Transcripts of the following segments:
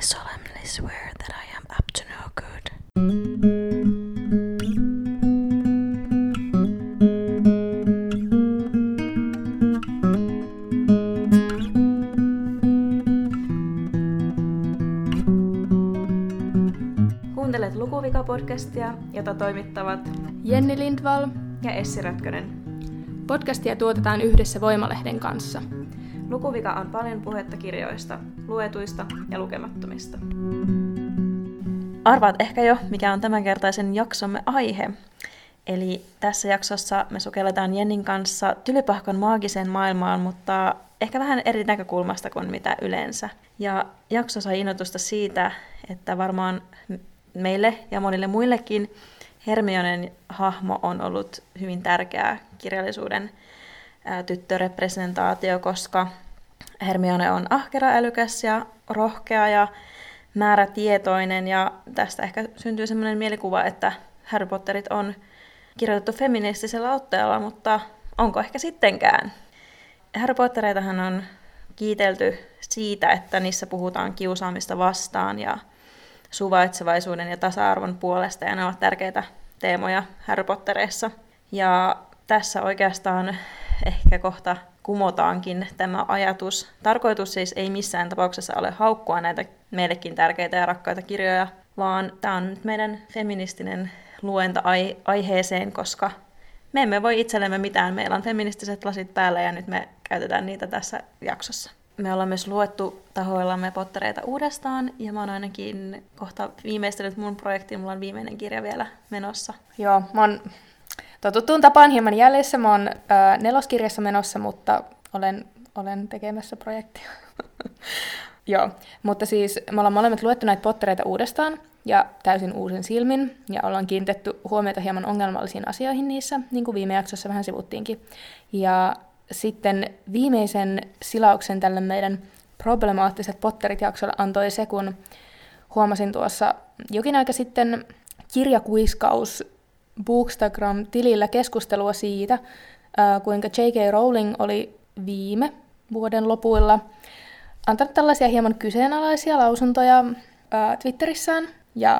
solemnly swear that I am up to no good. Kuuntelet Lukuvika-podcastia, jota toimittavat Jenni Lindvall ja Essi Rötkönen. Podcastia tuotetaan yhdessä Voima-lehden kanssa. Lukuvika on paljon puhetta kirjoista, luetuista ja lukemattomista. Arvaat ehkä jo, mikä on tämänkertaisen jaksomme aihe. Eli tässä jaksossa me sukelletaan Jennin kanssa Tylypahkon maagiseen maailmaan, mutta ehkä vähän eri näkökulmasta kuin mitä yleensä. Ja jakso sai innoitusta siitä, että varmaan meille ja monille muillekin Hermionen hahmo on ollut hyvin tärkeä kirjallisuuden tyttörepresentaatio, koska Hermione on ahkera, älykäs ja rohkea ja määrätietoinen, ja tästä ehkä syntyy sellainen mielikuva, että Harry Potterit on kirjoitettu feministisellä otteella, mutta onko ehkä sittenkään? Harry Pottereitahan on kiitelty siitä, että niissä puhutaan kiusaamista vastaan ja suvaitsevaisuuden ja tasa-arvon puolesta, ja ne ovat tärkeitä teemoja Harry Pottereissa. Ja tässä oikeastaan ehkä kohta kumotaankin tämä ajatus. Tarkoitus siis ei missään tapauksessa ole haukkua näitä meillekin tärkeitä ja rakkaita kirjoja, vaan tämä on nyt meidän feministinen luenta aiheeseen, koska me emme voi itsellemme mitään. Meillä on feministiset lasit päällä ja nyt me käytetään niitä tässä jaksossa. Me ollaan myös luettu tahoillamme Pottereita uudestaan, ja mä oon ainakin kohta viimeistellyt mun projektiin. Mulla on viimeinen kirja vielä menossa. Joo, mä oon totuttuun tapaan hieman jäljessä. Mä oon neloskirjassa menossa, mutta olen tekemässä projektia. Joo, mutta siis me ollaan molemmat luettu näitä Pottereita uudestaan ja täysin uusin silmin, ja ollaan kiinnitetty huomiota hieman ongelmallisiin asioihin niissä, niin kuin viime jaksossa vähän sivuttiinkin. Ja sitten viimeisen silauksen tälle meidän problemaattiset Potterit-jaksolle antoi se, kun huomasin tuossa jokin aika sitten kirjakuiskaus Bookstagram-tilillä keskustelua siitä, kuinka J.K. Rowling oli viime vuoden lopuilla antanut tällaisia hieman kyseenalaisia lausuntoja Twitterissään, ja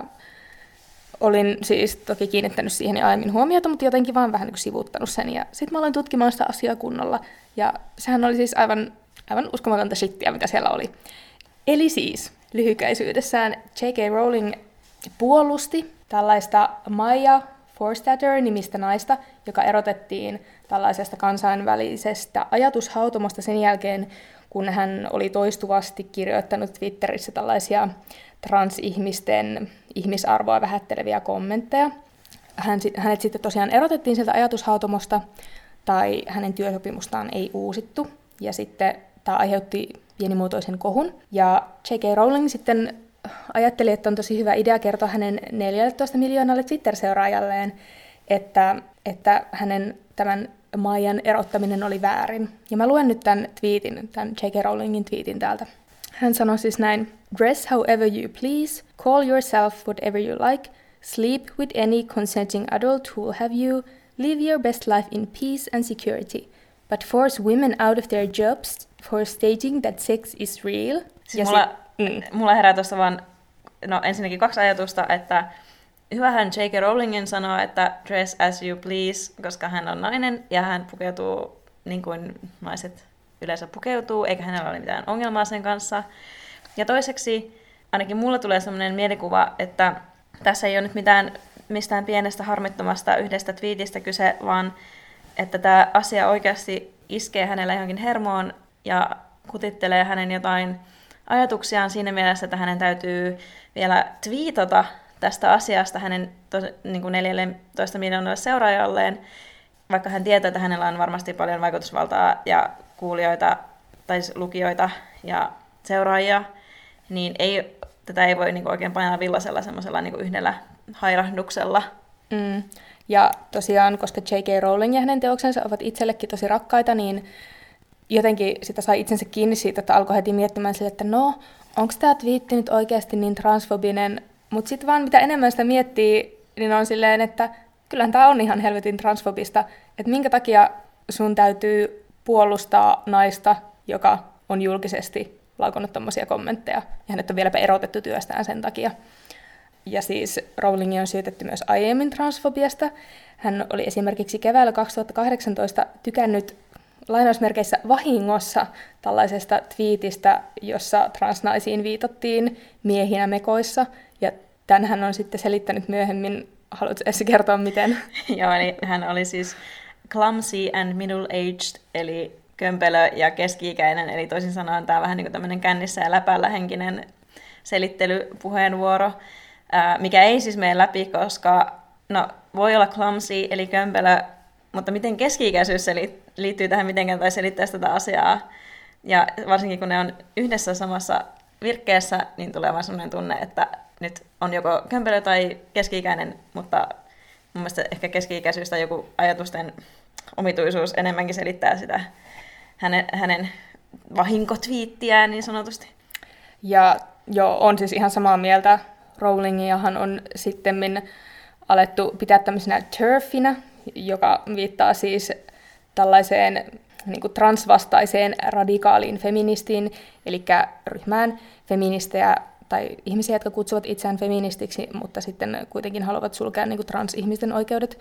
olin siis toki kiinnittänyt siihen jo aiemmin huomiota, mutta jotenkin vaan vähän niin kuin sivuuttanut sen, ja sitten mä aloin tutkimaan sitä asiaa kunnolla, ja sehän oli siis aivan uskomatonta shittiä, mitä siellä oli. Eli siis lyhykäisyydessään J.K. Rowling puolusti tällaista Maya Forstater-nimistä naista, joka erotettiin tällaisesta kansainvälisestä ajatushautomosta sen jälkeen, kun hän oli toistuvasti kirjoittanut Twitterissä tällaisia transihmisten ihmisarvoa vähätteleviä kommentteja. Hänet sitten tosiaan erotettiin sieltä ajatushautomosta, tai hänen työsopimustaan ei uusittu, ja sitten tämä aiheutti pienimuotoisen kohun. Ja J.K. Rowling sitten ajatteli, että on tosi hyvä idea kertoa hänen 14 miljoonalle Twitter-seuraajalleen, että hänen tämän Maijan erottaminen oli väärin. Ja mä luen nyt tämän J.K. Rowlingin tweetin täältä. Hän sanoi siis näin: "Dress however you please, call yourself whatever you like, sleep with any consenting adult who will have you, live your best life in peace and security, but force women out of their jobs for stating that sex is real." Siis mulla herää tuossa vaan ensinnäkin kaksi ajatusta, että hyvähän J.K. Rowlingin sanoo, että dress as you please, koska hän on nainen ja hän pukeutuu niin kuin naiset yleensä pukeutuu, eikä hänellä ole mitään ongelmaa sen kanssa. Ja toiseksi ainakin mulla tulee sellainen mielikuva, että tässä ei ole nyt mistään pienestä harmittomasta yhdestä twiitistä kyse, vaan että tämä asia oikeasti iskee hänellä johonkin hermoon ja kutittelee hänen jotain ajatuksiaan siinä mielessä, että hänen täytyy vielä twiitata tästä asiasta hänen niin kuin 14 miljoonalle seuraajalleen, vaikka hän tietää, että hänellä on varmasti paljon vaikutusvaltaa ja kuulijoita tai lukijoita ja seuraajia, niin tätä ei voi niin kuin oikein painaa villasella semmoisella niin kuin yhdellä hairahduksella. Ja tosiaan, koska J.K. Rowling ja hänen teoksensa ovat itsellekin tosi rakkaita, niin jotenkin sitä sai itsensä kiinni siitä, että alkoi heti miettimään sille, että no, onko tämä twiitti nyt oikeasti niin transfobinen, mutta sitten vaan mitä enemmän sitä miettii, niin on silleen, että kyllähän tämä on ihan helvetin transfobista, että minkä takia sun täytyy puolustaa naista, joka on julkisesti laukonut tommosia kommentteja, ja hänet on vieläpä erotettu työstään sen takia. Ja siis Rowlingia on syytetty myös aiemmin transfobiasta. Hän oli esimerkiksi keväällä 2018 tykännyt lainausmerkeissä vahingossa tällaisesta twiitistä, jossa transnaisiin viitattiin miehinä mekoissa, ja tämän hän on sitten selittänyt myöhemmin. Haluatko Essi kertoa miten? Joo, eli hän oli siis clumsy and middle-aged, eli kömpelö ja keski-ikäinen, eli toisin sanoen tämä vähän niin kuin tämmöinen kännissä ja läpällä henkinen selittelypuheenvuoro, mikä ei siis mene läpi, koska no, voi olla clumsy, eli kömpelö, mutta miten keski-ikäisyys liittyy tähän mitenkään tai selittäisi tätä asiaa. Ja varsinkin kun ne on yhdessä samassa virkkeessä, niin tulee vaan sellainen tunne, että nyt on joko kömpelö tai keski-ikäinen, mutta mun mielestä ehkä keski-ikäisyys tai joku ajatusten omituisuus enemmänkin selittää sitä hänen vahinkotviittiään niin sanotusti. Ja joo, on siis ihan samaa mieltä. Rowlingiahan on sittemmin alettu pitää tämmöisenä TERFinä, joka viittaa siis tällaiseen niin kuin transvastaiseen radikaaliin feministiin, eli ryhmään feministejä tai ihmisiä, jotka kutsuvat itseään feministiksi, mutta sitten kuitenkin haluavat sulkea niin kuin transihmisten oikeudet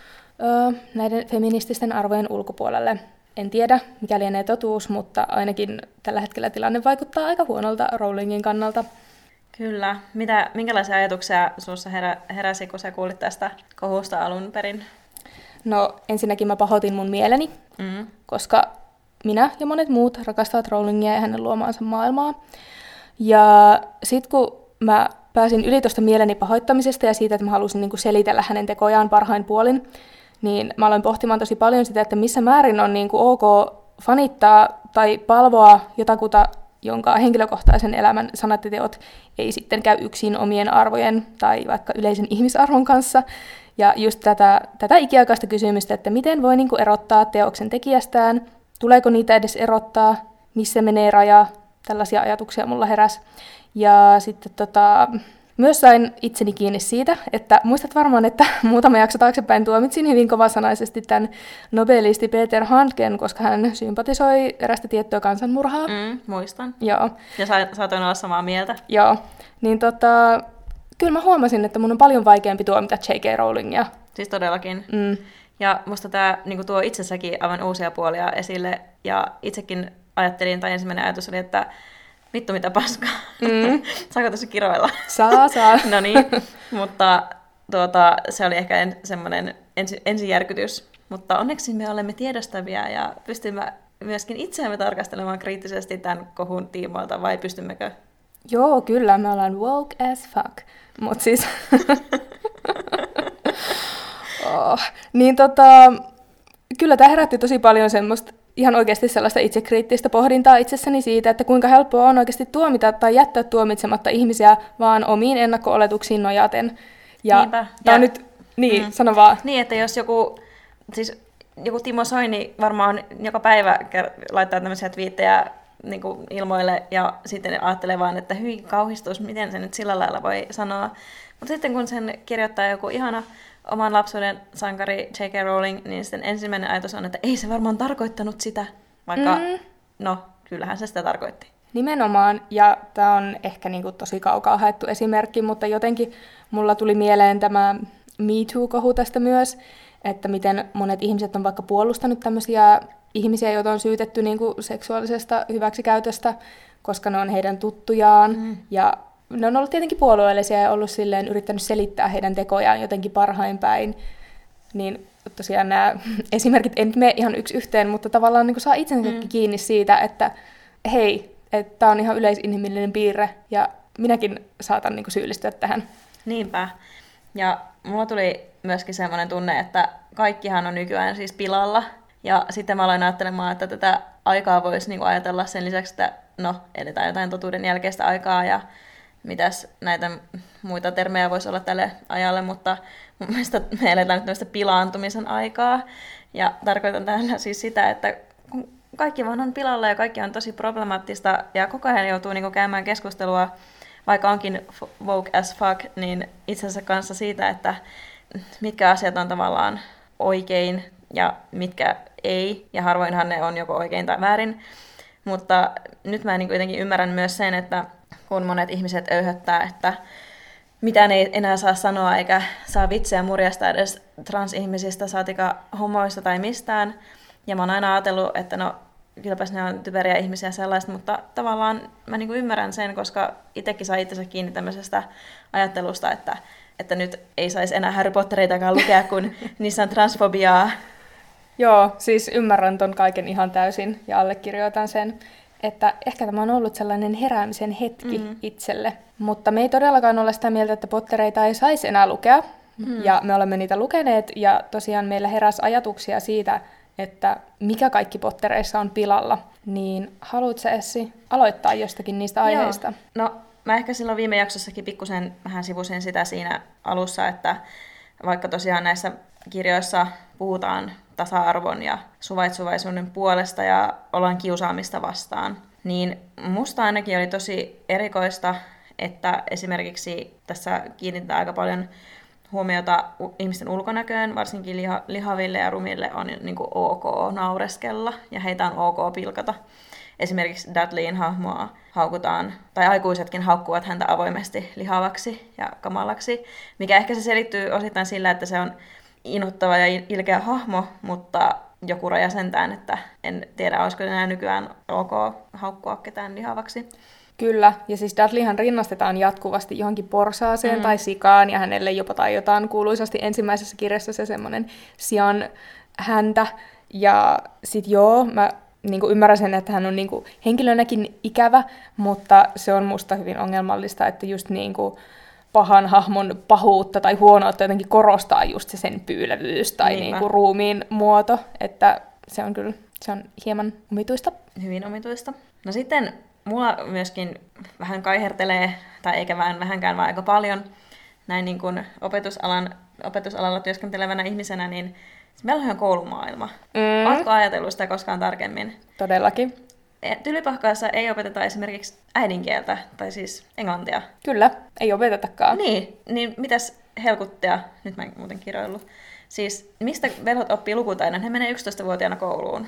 näiden feminististen arvojen ulkopuolelle. En tiedä, mikä lienee totuus, mutta ainakin tällä hetkellä tilanne vaikuttaa aika huonolta Rowlingin kannalta. Kyllä. Minkälaisia ajatuksia sinussa heräsi, kun sä kuulit tästä kohusta alun perin? No ensinnäkin mä pahoitin mun mieleni, koska minä ja monet muut rakastavat Rowlingia ja hänen luomaansa maailmaa. Ja sitten kun mä pääsin yli tuosta mieleni pahoittamisesta ja siitä, että mä halusin niinku selitellä hänen tekojaan parhain puolin, niin mä aloin pohtimaan tosi paljon sitä, että missä määrin on niinku ok fanittaa tai palvoa jotakuta, jonka henkilökohtaisen elämän sanat ja teot ei sitten käy yksin omien arvojen tai vaikka yleisen ihmisarvon kanssa. Ja just tätä ikiaikaista kysymystä, että miten voi niinku erottaa teoksen tekijästään, tuleeko niitä edes erottaa, missä menee raja, tällaisia ajatuksia mulla heräsi. Ja sitten myös sain itseni kiinni siitä, että muistat varmaan, että muutama jakso taaksepäin tuomitsin hyvin kovasanaisesti tämän nobelisti Peter Handken, koska hän sympatisoi erästä tiettyä kansanmurhaa. Muistan. Joo. Ja saatoin olla samaa mieltä. Joo. Niin kyllä mä huomasin, että mun on paljon vaikeampi tuomita J.K. Rowlingia. Siis todellakin. Ja musta tämä niin tuo itsessäkin aivan uusia puolia esille. Ja itsekin ajattelin, tai ensimmäinen ajatus oli, että vittu mitä paskaa. Saako tässä kiroilla? Saa. No niin, mutta se oli ehkä semmoinen ensijärkytys. Mutta onneksi me olemme tiedostavia ja pystymme myöskin itseämme tarkastelemaan kriittisesti tämän kohun tiimoilta, vai pystymmekö? Joo, kyllä, me ollaan woke as fuck. Mut siis... Niin kyllä tämä herätti tosi paljon semmoista ihan oikeasti sellaista itsekriittistä pohdintaa itsessäni siitä, että kuinka helppoa on oikeasti tuomita tai jättää tuomitsematta ihmisiä vaan omiin ennakko-oletuksiin nojaten. Ja niinpä. Tämä on nyt... Niin, sano vaan. Niin, että jos joku Timo Soini varmaan joka päivä laittaa tämmöisiä twiittejä niin kuin ilmoille ja sitten ajattelee vaan, että hyi kauhistus, miten se nyt sillä lailla voi sanoa. Mutta sitten kun sen kirjoittaa joku ihana oman lapsuuden sankari J.K. Rowling, niin sitten ensimmäinen ajatus on, että ei se varmaan tarkoittanut sitä, vaikka no, kyllähän se sitä tarkoitti. Nimenomaan, ja tämä on ehkä niinku tosi kaukaa haettu esimerkki, mutta jotenkin mulla tuli mieleen tämä Me Too-kohu tästä myös, että miten monet ihmiset on vaikka puolustanut tämmöisiä ihmisiä, joita on syytetty niinku seksuaalisesta hyväksikäytöstä, koska ne on heidän tuttujaan, ja ne on ollut tietenkin puolueellisia ja ollut silleen yrittänyt selittää heidän tekojaan jotenkin parhain päin. Niin tosiaan nämä esimerkit en nyt mene ihan yksi yhteen, mutta tavallaan niin saa itsensäkin kiinni siitä, että hei, että tämä on ihan yleisinhimillinen piirre ja minäkin saatan niin syyllistyä tähän. Niinpä. Ja mulla tuli myöskin semmoinen tunne, että kaikkihan on nykyään siis pilalla. Ja sitten mä aloin ajattelemaan, että tätä aikaa voisi niin ajatella sen lisäksi, että no, eletään jotain totuuden jälkeistä aikaa ja mitäs näitä muita termejä voisi olla tälle ajalle, mutta mun mielestä me eletään nyt tämmöistä pilaantumisen aikaa. Ja tarkoitan tällä siis sitä, että kaikki vaan on pilalla ja kaikki on tosi problemaattista ja koko ajan joutuu niinku käymään keskustelua, vaikka onkin woke as fuck, niin itsensä kanssa siitä, että mitkä asiat on tavallaan oikein ja mitkä ei. Ja harvoinhan ne on joko oikein tai väärin. Mutta nyt mä niin jotenkin ymmärrän myös sen, että kun monet ihmiset öyhöttää, että mitään ei enää saa sanoa eikä saa vitsiä murjasta edes transihmisistä, saatika homoista tai mistään. Ja mä oon aina ajatellut, että no kylläpäs ne on typeriä ihmisiä sellaista, mutta tavallaan mä niin kuin ymmärrän sen, koska itsekin saa itsensä kiinni tämmöisestä ajattelusta, että nyt ei saisi enää Harry Pottereitakaan lukea, kun niissä on transfobiaa. Joo, siis ymmärrän ton kaiken ihan täysin ja allekirjoitan sen, että ehkä tämä on ollut sellainen heräämisen hetki itselle. Mutta me ei todellakaan ole sitä mieltä, että Pottereita ei saisi enää lukea. Ja me olemme niitä lukeneet ja tosiaan meillä heräsi ajatuksia siitä, että mikä kaikki Pottereissa on pilalla. Niin haluatko Essi aloittaa jostakin niistä aiheista? Joo. No mä ehkä silloin viime jaksossakin pikkusen vähän sivusin sitä siinä alussa, että vaikka tosiaan näissä kirjoissa puhutaan tasa-arvon ja suvaitsevaisuuden puolesta ja ollaan kiusaamista vastaan, niin musta ainakin oli tosi erikoista, että esimerkiksi tässä kiinnitetään aika paljon huomiota ihmisten ulkonäköön, varsinkin lihaville ja rumille on niin kuin ok naureskella ja heitä on ok pilkata. Esimerkiksi Dudleyin hahmoa haukutaan, tai aikuisetkin haukkuvat häntä avoimesti lihavaksi ja kamalaksi, mikä ehkä se selittyy osittain sillä, että se on inhottava ja ilkeä hahmo, mutta joku raja sentään, että en tiedä, olisiko enää nykyään ok haukkua ketään lihavaksi. Kyllä, ja siis Dudleyhan rinnastetaan jatkuvasti johonkin porsaaseen tai sikaan, ja hänelle jopa taiotaan kuuluisasti ensimmäisessä kirjassa se semmoinen sian häntä. Ja sit mä ymmärrän sen, että hän on henkilönäkin ikävä, mutta se on musta hyvin ongelmallista, että just pahan hahmon pahuutta tai huonoutta jotenkin korostaa just se sen pyylevyys tai ruumiin muoto, että se on hieman omituista. Hyvin omituista. No sitten mulla myöskin vähän kaihertelee, tai eikä vähänkään, vaan aika paljon, näin niin kuin opetusalalla työskentelevänä ihmisenä, niin meillä on koulumaailma. Oletko ajatellut sitä koskaan tarkemmin? Todellakin. Tylypahkaassa ei opeteta esimerkiksi äidinkieltä, tai siis englantia. Kyllä, ei opetetakaan. Niin mitäs helkuttia, nyt mä en muuten kiroillut. Siis mistä velhot oppii lukutaidon? He menee 11-vuotiaana kouluun.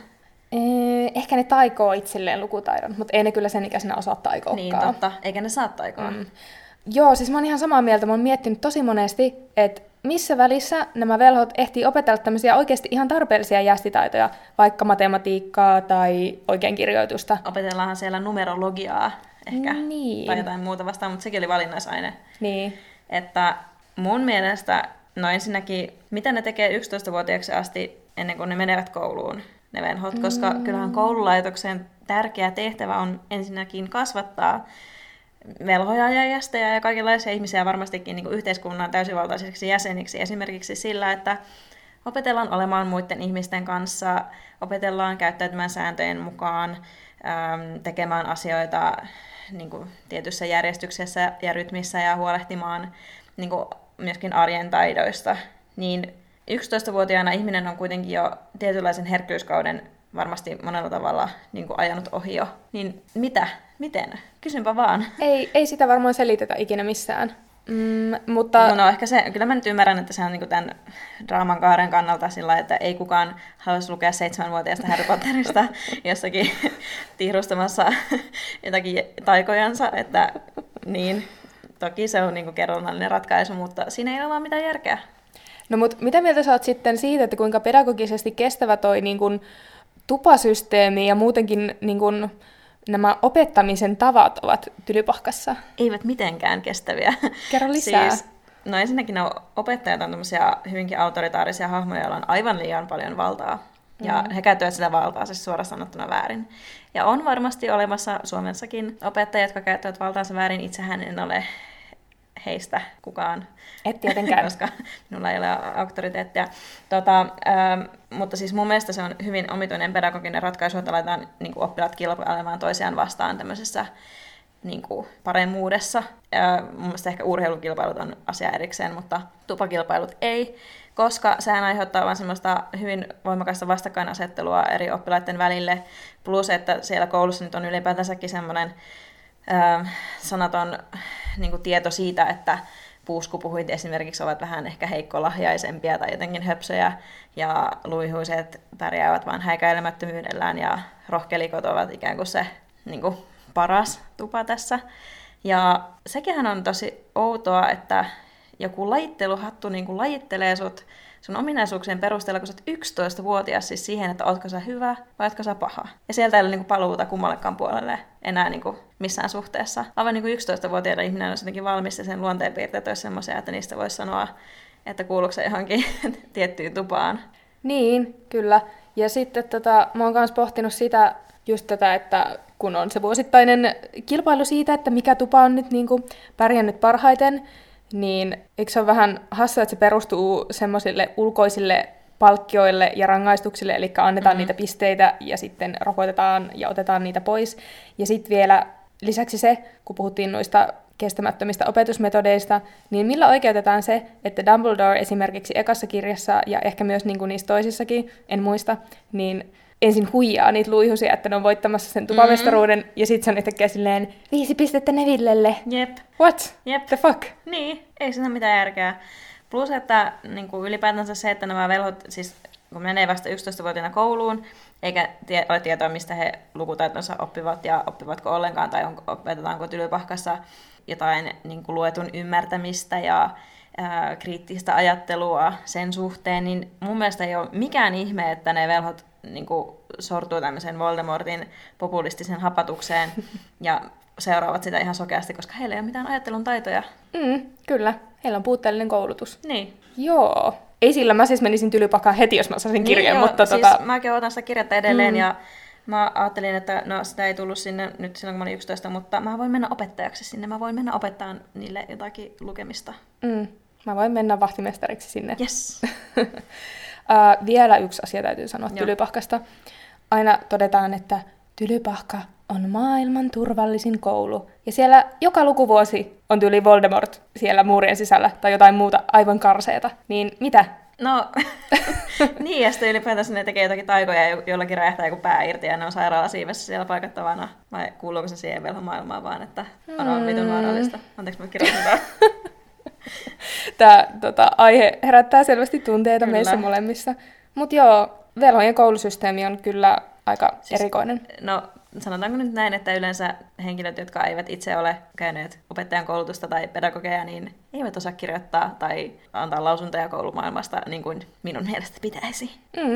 Ehkä ne taikoo itselleen lukutaidon, mutta ei ne kyllä sen ikäisenä osaa taikoakaan. Niin, totta. Eikä ne saa taikoa. Joo, siis mä oon ihan samaa mieltä. Mä oon miettinyt tosi monesti, että missä välissä nämä velhot ehtii opetella tämmöisiä oikeasti ihan tarpeellisia jästitaitoja, vaikka matematiikkaa tai oikeinkirjoitusta. Opetellaanhan siellä numerologiaa ehkä, tai jotain muuta vastaan, mutta sekin oli valinnaisaine. Niin. Että mun mielestä, no ensinnäkin, mitä ne tekee 11-vuotiaaksi asti ennen kuin ne menevät kouluun, ne velhot, koska kyllähän koululaitoksen tärkeä tehtävä on ensinnäkin kasvattaa velhoja ja jästejä ja kaikenlaisia ihmisiä varmastikin niin kuin yhteiskunnan täysivaltaisiksi jäseniksi. Esimerkiksi sillä, että opetellaan olemaan muiden ihmisten kanssa, opetellaan käyttäytymään sääntöjen mukaan, tekemään asioita niin kuin tietyssä järjestyksessä ja rytmissä ja huolehtimaan niin kuin myöskin arjen taidoista. Niin 11-vuotiaana ihminen on kuitenkin jo tietynlaisen herkkyyskauden varmasti monella tavalla niin kuin ajanut ohi jo. Niin mitä? Miten? Kysynpä vaan. Ei sitä varmaan selitetä ikinä missään. Mutta... No ehkä se, kyllä mä nyt ymmärrän, että se on niin tämän draaman kaaren kannalta sillä, että ei kukaan haluaisi lukea 7-vuotiaasta Harry Potterista jossakin tihrustamassa jotakin taikojansa, että niin, toki se on niin kerronnallinen ratkaisu, mutta siinä ei ole vaan mitään järkeä. No mutta mitä mieltä sä oot sitten siitä, että kuinka pedagogisesti kestävä toi niin kuin tupasysteemi ja muutenkin niin kuin nämä opettamisen tavat ovat Tylypahkassa? Eivät mitenkään kestäviä. Kerro lisää. Siis, no ensinnäkin ne opettajat on tämmöisiä hyvinkin autoritaarisia hahmoja, joilla on aivan liian paljon valtaa. Ja he käyttävät sitä valtaa siis suoraan sanottuna väärin. Ja on varmasti olemassa Suomessakin opettajia, jotka käyttävät valtaansa väärin. Itsehän en ole heistä kukaan. Et tietenkään. Koska minulla ei ole auktoriteettia. Mutta siis mun mielestä se on hyvin omituinen pedagoginen ratkaisu, että laitetaan niin kuin oppilaat kilpailemaan toisiaan vastaan tämmöisessä niin kuin paremmuudessa. Mun mielestä ehkä urheilukilpailut on asia erikseen, mutta tupakilpailut ei, koska sehän aiheuttaa vain semmoista hyvin voimakasta vastakkainasettelua eri oppilaiden välille. Plus, että siellä koulussa nyt on ylipäätänsäkin semmoinen sanaton niin kuin tieto siitä, että puuskupuhuit esimerkiksi ovat vähän ehkä heikkolahjaisempia tai jotenkin höpsöjä, ja luihuiset pärjäävät vain häikäilemättömyydellään, ja rohkelikot ovat ikään kuin se niin kuin paras tupa tässä. Ja sekinhän on tosi outoa, että joku lajitteluhattu niin kuin lajittelee sut sun ominaisuuksien perusteella, kun sä oot 11-vuotias, siis siihen, että ootko sä hyvä vai ootko sä paha. Ja sieltä ei ole niin kuin paluuta kummallekaan puolelle enää niin kuin missään suhteessa. Aivan niin kuin 11-vuotiaana ihminen on jotenkin valmis, ja sen luonteenpiirteet olisi semmoisia, että niistä voisi sanoa, että kuuluuko se johonkin tiettyyn tupaan. Niin, kyllä. Ja sitten mä oon myös pohtinut sitä, just tätä, että kun on se vuosittainen kilpailu siitä, että mikä tupa on nyt niin kuin pärjännyt parhaiten, niin eikö se ole vähän hassua, että se perustuu semmoisille ulkoisille palkkioille ja rangaistuksille, eli annetaan niitä pisteitä ja sitten rokotetaan ja otetaan niitä pois. Ja sitten vielä lisäksi se, kun puhuttiin noista kestämättömistä opetusmetodeista, niin millä oikeutetaan se, että Dumbledore esimerkiksi ekassa kirjassa ja ehkä myös niin kuin niissä toisissakin, en muista, niin ensin huijaa niitä luihusia, että ne on voittamassa sen tupamestaruuden, ja sitten se on yhtäkkiä silleen 5 pistettä Nevillelle. Jep. What? Jep. The fuck? Niin, ei siinä mitään järkeä. Plus, että niin kuin ylipäätänsä se, että nämä velhot, siis kun menee vasta 11-vuotiaana kouluun, eikä ole tietoa, mistä he lukutaitonsa oppivat ja oppivatko ollenkaan, tai opetetaanko Tylypahkassa jotain niin kuin luetun ymmärtämistä ja kriittistä ajattelua sen suhteen, niin mun mielestä ei ole mikään ihme, että ne velhot niin kuin sortuu tämmöiseen Voldemortin populistisen hapatukseen ja seuraavat sitä ihan sokeasti, koska heillä ei ole mitään ajattelun taitoja. Kyllä, heillä on puutteellinen koulutus. Niin. Joo. Ei sillä, mä siis menisin Tylypahkaan heti, jos mä osaisin kirjan, niin, mutta siis mäkin otan sitä kirjata edelleen ja mä ajattelin, että no sitä ei tullut sinne nyt silloin, kun mä olin 11, mutta mä voin mennä opettajaksi sinne. Mä voin mennä opettamaan niille jotakin lukemista. Mä voin mennä vahtimestariksi sinne. Yes. Vielä yksi asia täytyy sanoa Tylypahkasta. Aina todetaan, että Tylypahka on maailman turvallisin koulu. Ja siellä joka lukuvuosi on tyyli Voldemort siellä muurien sisällä tai jotain muuta aivan karseeta. Niin mitä? No, niin, ja sitten ylipäätänsä ne tekee jotakin taikoja ja jollakin räjähtää joku pää irti ja ne on sairaalasiivessä siellä paikattavana. Vai kuuluuko se siihen velhomaailmaan vaan, että on vitun vaarallista? Anteeksi, mä kirjoitin tämän. Tämä aihe herättää selvästi tunteita Kyllä. meissä molemmissa. Mutta joo, velhojen koulusysteemi on kyllä aika erikoinen. No, sanotaanko nyt näin, että yleensä henkilöt, jotka eivät itse ole käyneet opettajan koulutusta tai pedagogeja, niin eivät osaa kirjoittaa tai antaa lausuntoja koulumaailmasta niin kuin minun mielestä pitäisi.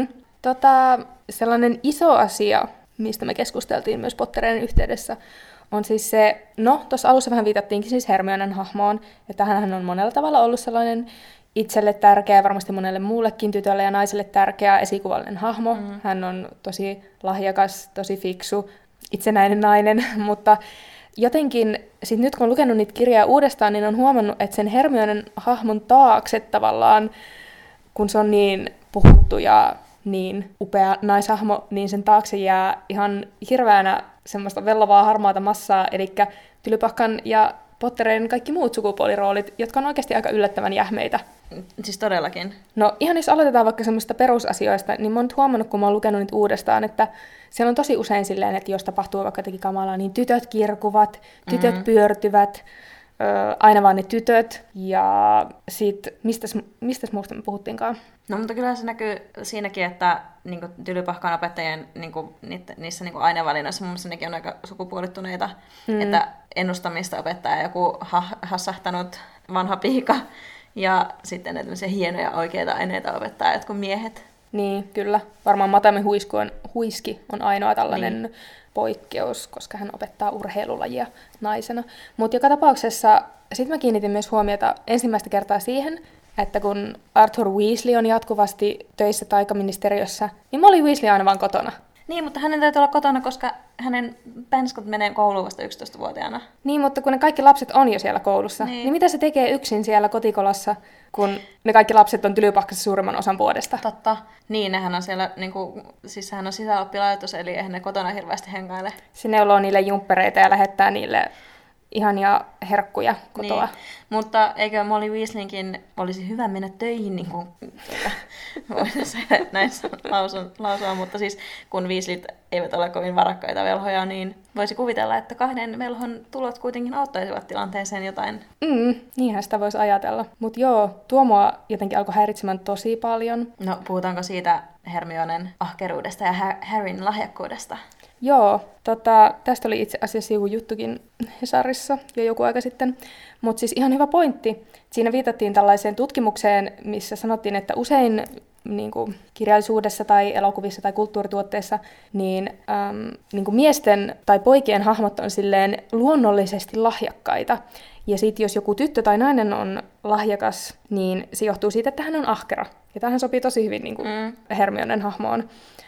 Sellainen iso asia, mistä me keskusteltiin myös Pottereiden yhteydessä, on siis se, no tuossa alussa vähän viitattiinkin siis Hermionen hahmoon, että hänhän on monella tavalla ollut sellainen itselle tärkeä, varmasti monelle muullekin tytölle ja naiselle tärkeä esikuvallinen hahmo. Hän on tosi lahjakas, tosi fiksu, itsenäinen nainen, mutta jotenkin sit nyt kun on lukenut niitä kirjoja uudestaan, niin on huomannut, että sen Hermionen hahmon taakse tavallaan, kun se on niin puhuttu ja niin upea naishahmo, niin sen taakse jää ihan hirveänä semmoista vellovaa harmaata massaa, eli Tylypahkan ja Pottereiden kaikki muut sukupuoliroolit, jotka on oikeasti aika yllättävän jähmeitä. Siis todellakin. No ihan jos aloitetaan vaikka semmoista perusasioista, niin mä oon nyt huomannut, kun mä oon lukenut niitä uudestaan, että siellä on tosi usein silleen, että jos tapahtuu vaikka jotenkin kamalaa, niin tytöt kirkuvat, tytöt pyörtyvät, aina vaan ne tytöt, ja sit, mistäs muusta me puhuttiinkaan? No, mutta kyllä se näkyy siinäkin, että niin Tylypahkan opettajien niissä ainevalinnoissa mun mielestä nekin on aika sukupuolittuneita, että ennustamista opettaa joku hassahtanut vanha piika, ja sitten ne tämmöisiä hienoja oikeita aineita opettaa jotkut miehet. Niin, kyllä. Varmaan Madame Huiski on ainoa tällainen poikkeus, koska hän opettaa urheilulajia naisena. Mutta joka tapauksessa sitten mä kiinnitin myös huomiota ensimmäistä kertaa siihen, että kun Arthur Weasley on jatkuvasti töissä taikaministeriössä, niin Molly Weasley on aina vaan kotona. Niin, mutta hänen täytyy olla kotona, koska hänen penskot menee kouluun vasta 11-vuotiaana. Niin, mutta kun ne kaikki lapset on jo siellä koulussa, niin mitä se tekee yksin siellä kotikolassa, kun ne kaikki lapset on Tylypahkassa suurimman osan vuodesta? Totta. Niin, nehän on siellä, siis hän on sisäoppilaitos, eli eihän ne kotona hirveästi hengaile. Se neuloo niille jumppereita ja lähettää niille ihania herkkuja kotoa. Niin. Mutta eikö Molly Weasleykin olisi hyvä mennä töihin, niin kuin voitaisiin näin lausua, mutta siis kun Weasleyt eivät ole kovin varakkaita velhoja, niin voisi kuvitella, että 2 velhon tulot kuitenkin auttaisivat tilanteeseen jotain. Niinhän sitä voisi ajatella. Mutta joo, tuo mua jotenkin alkoi häiritsemään tosi paljon. No, puhutaanko siitä Hermionen ahkeruudesta ja Harryn lahjakkuudesta? Joo, tästä oli itse asiassa joku juttukin Hesarissa jo joku aika sitten. Mutta siis ihan hyvä pointti. Siinä viitattiin tällaiseen tutkimukseen, missä sanottiin, että usein niin kuin kirjallisuudessa tai elokuvissa tai kulttuurituotteissa, niin miesten tai poikien hahmot on silleen luonnollisesti lahjakkaita. Ja sitten jos joku tyttö tai nainen on lahjakas, niin se johtuu siitä, että hän on ahkera. Ja tämähän sopii tosi hyvin niin kuin Hermionen hahmoon.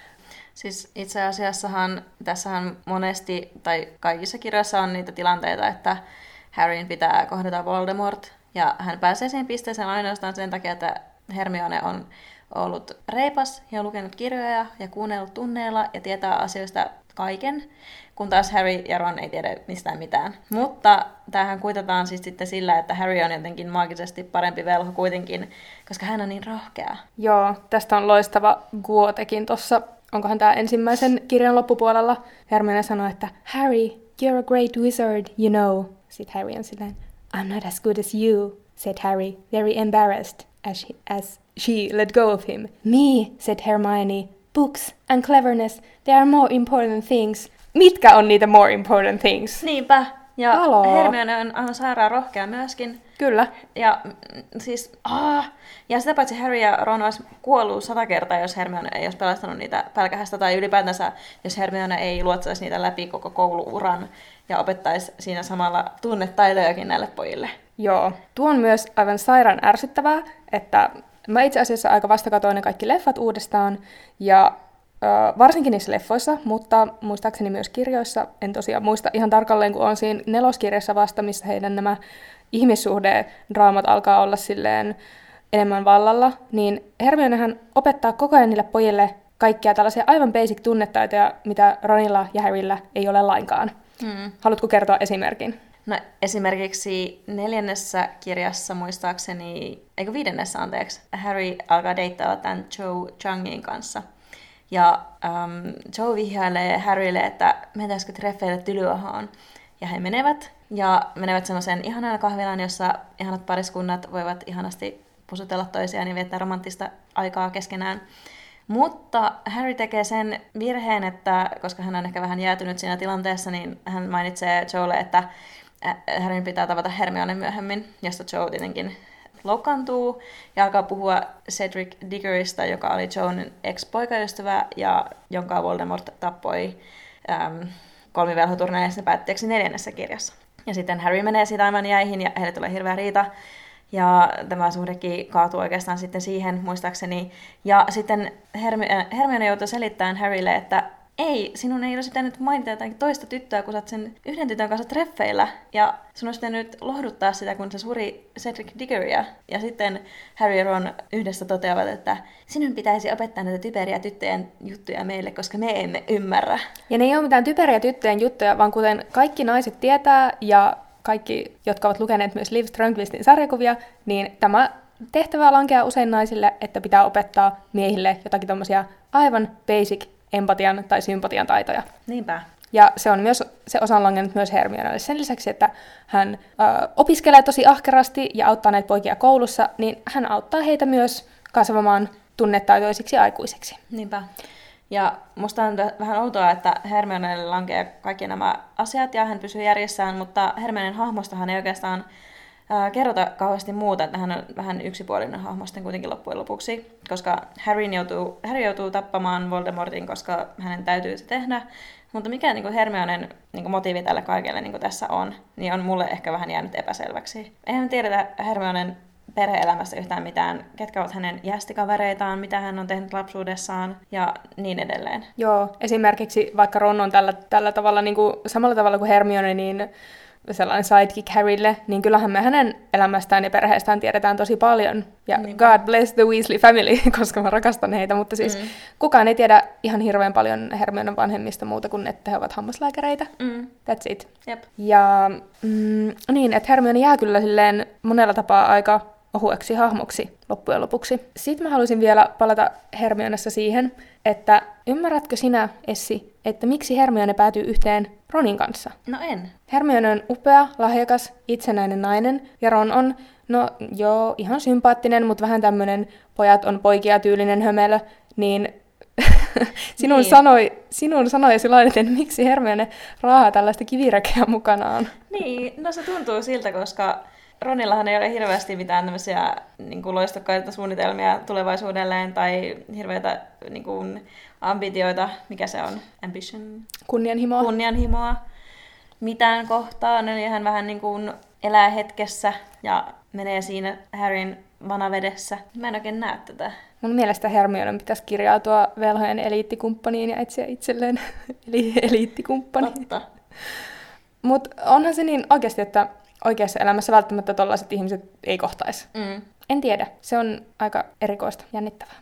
Siis itse asiassahan tässähän monesti, tai kaikissa kirjoissa on niitä tilanteita, että Harryn pitää kohdata Voldemort, ja hän pääsee siihen pisteeseen ainoastaan sen takia, että Hermione on ollut reipas ja lukenut kirjoja ja kuunnellut tunneilla ja tietää asioista kaiken, kun taas Harry ja Ron ei tiedä mistään mitään. Mutta tämähän kuitataan siis sitten sillä, että Harry on jotenkin maagisesti parempi velho kuitenkin, koska hän on niin rohkea. Joo, tästä on loistava Guotekin tuossa, onkohan tämä ensimmäisen kirjan loppupuolella. Hermione sanoi, että Harry, you're a great wizard, you know. Sitten Harry on silleen, I'm not as good as you, said Harry, very embarrassed as she let go of him. Me, said Hermione, books and cleverness, they are more important things. Mitkä on niitä more important things? Niinpä. Ja Haloo. Hermione on aivan sairaan rohkea myöskin. Kyllä. Ja siis, ja sitä paitsi Harry ja Ron olisi kuollut 100 kertaa, jos Hermione ei olisi pelastanut niitä pälkähästä, tai ylipäätänsä, jos Hermione ei luotsaisi niitä läpi koko kouluuran ja opettaisi siinä samalla tunnetaitojakin näille pojille. Joo. Tuo on myös aivan sairaan ärsyttävää, että mä itse asiassa aika vasta katoin ne kaikki leffat uudestaan, ja varsinkin niissä leffoissa, mutta muistaakseni myös kirjoissa, en tosiaan muista ihan tarkalleen, kun on siinä 4. kirjassa vasta, missä heidän nämä ihmissuhdedraamat alkaa olla silleen enemmän vallalla, niin Hermionehän opettaa koko ajan niille pojille kaikkia tällaisia aivan basic tunnetaitoja, mitä Ronilla ja Harryllä ei ole lainkaan. Haluatko kertoa esimerkin? No esimerkiksi 4. kirjassa muistaakseni, eikö 5. anteeksi, Harry alkaa deittailla tämän Cho Changin kanssa. Ja Cho vihjailee Harrylle, että mentäisikö treffeille Tylyahaan. Ja he menevät semmoiseen ihanaan kahvilaan, jossa ihanat pariskunnat voivat ihanasti pusutella toisiaan ja viettää romanttista aikaa keskenään. Mutta Harry tekee sen virheen, että koska hän on ehkä vähän jäätynyt siinä tilanteessa, niin hän mainitsee Joelle, että Harryn pitää tavata Hermione myöhemmin, josta Jo tietenkin loukkaantuu ja alkaa puhua Cedric Diggorysta, joka oli Joen ex-poikaystävä ja jonka Voldemort tappoi kolmivelhoturneissa päätteeksi 4. kirjassa. Ja sitten Harry menee siitä aivan jäihin ja heille tulee hirveä riita. Ja tämä suhdekin kaatuu oikeastaan sitten siihen, muistaakseni. Ja sitten Hermione joutuu selittämään Harrylle, että ei, sinun ei olisi pitänyt mainita jotain toista tyttöä, kun sä oot sen yhden tytön kanssa treffeillä. Ja sun olisi pitänyt lohduttaa sitä, kun se suri Cedric Diggoryä. Ja sitten Harry ja Ron yhdessä toteavat, että sinun pitäisi opettaa näitä typeriä tyttöjen juttuja meille, koska me emme ymmärrä. Ja ne ei ole mitään typeriä tyttöjen juttuja, vaan kuten kaikki naiset tietää ja kaikki, jotka ovat lukeneet myös Liv Strömqvistin sarjakuvia, niin tämä tehtävä lankeaa usein naisille, että pitää opettaa miehille jotakin tommosia aivan basic empatian tai sympatian taitoja. Niinpä. Ja se on myös, se osa on langennut myös Hermionelle. Sen lisäksi, että hän opiskelee tosi ahkerasti ja auttaa näitä poikia koulussa, niin hän auttaa heitä myös kasvamaan tunnetaitoisiksi aikuisiksi. Niinpä. Ja musta on vähän outoa, että Hermionelle lankeaa kaikki nämä asiat ja hän pysyy järjessään, mutta Hermionen hahmostahan ei oikeastaan kerrota kauheasti muuta, että hän on vähän yksipuolinen hahmo sitten kuitenkin loppujen lopuksi, koska Harry joutuu tappamaan Voldemortin, koska hänen täytyy se tehdä. Mutta mikä niin kuin Hermionen niin kuin motiivi tälle kaikelle niin kuin tässä on, niin on mulle ehkä vähän jäänyt epäselväksi. Eihän tiedetä Hermionen perhe-elämästä yhtään mitään, ketkä ovat hänen jästikavereitaan, mitä hän on tehnyt lapsuudessaan ja niin edelleen. Joo, esimerkiksi vaikka Ron on tällä tavalla, niin kuin, samalla tavalla kuin Hermione, niin sellainen sidekick Harrylle, niin kyllähän me hänen elämästään ja perheestään tiedetään tosi paljon. Ja Niinpä. God bless the Weasley family, koska mä rakastan heitä, mutta siis kukaan ei tiedä ihan hirveän paljon Hermionen vanhemmista muuta kuin, että he ovat hammaslääkäreitä. That's it. Jep. Ja niin, että Hermione jää kyllä silleen monella tapaa aika ohueksi hahmoksi loppujen lopuksi. Sitten mä haluaisin vielä palata Hermionessa siihen, että ymmärrätkö sinä, Essi, että miksi Hermione päätyy yhteen Ronin kanssa? No en. Hermione on upea, lahjakas, itsenäinen nainen, ja Ron on, no joo, ihan sympaattinen, mutta vähän tämmönen pojat on poikia tyylinen hömelö, niin sinun sanojesi lainaten, miksi Hermione raahaa tällaista kiviräkeä mukanaan? Niin, no se tuntuu siltä, koska Ronillahan ei ole hirveästi mitään tämmöisiä niin kuin loistokkaita suunnitelmia tulevaisuudelleen tai hirveitä niin kuin ambitioita, mikä se on, ambition? Kunnianhimoa mitään kohtaan, eli hän vähän niin kuin elää hetkessä ja menee siinä Harryn vanavedessä. Mä en oikein näe tätä. Mun mielestä Hermionen pitäisi kirjautua velhojen eliittikumppaniin ja etsiä itselleen eliittikumppani. Totta. Mutta onhan se niin oikeasti, että oikeassa elämässä välttämättä tollaiset ihmiset ei kohtaisi. En tiedä. Se on aika erikoista, jännittävää.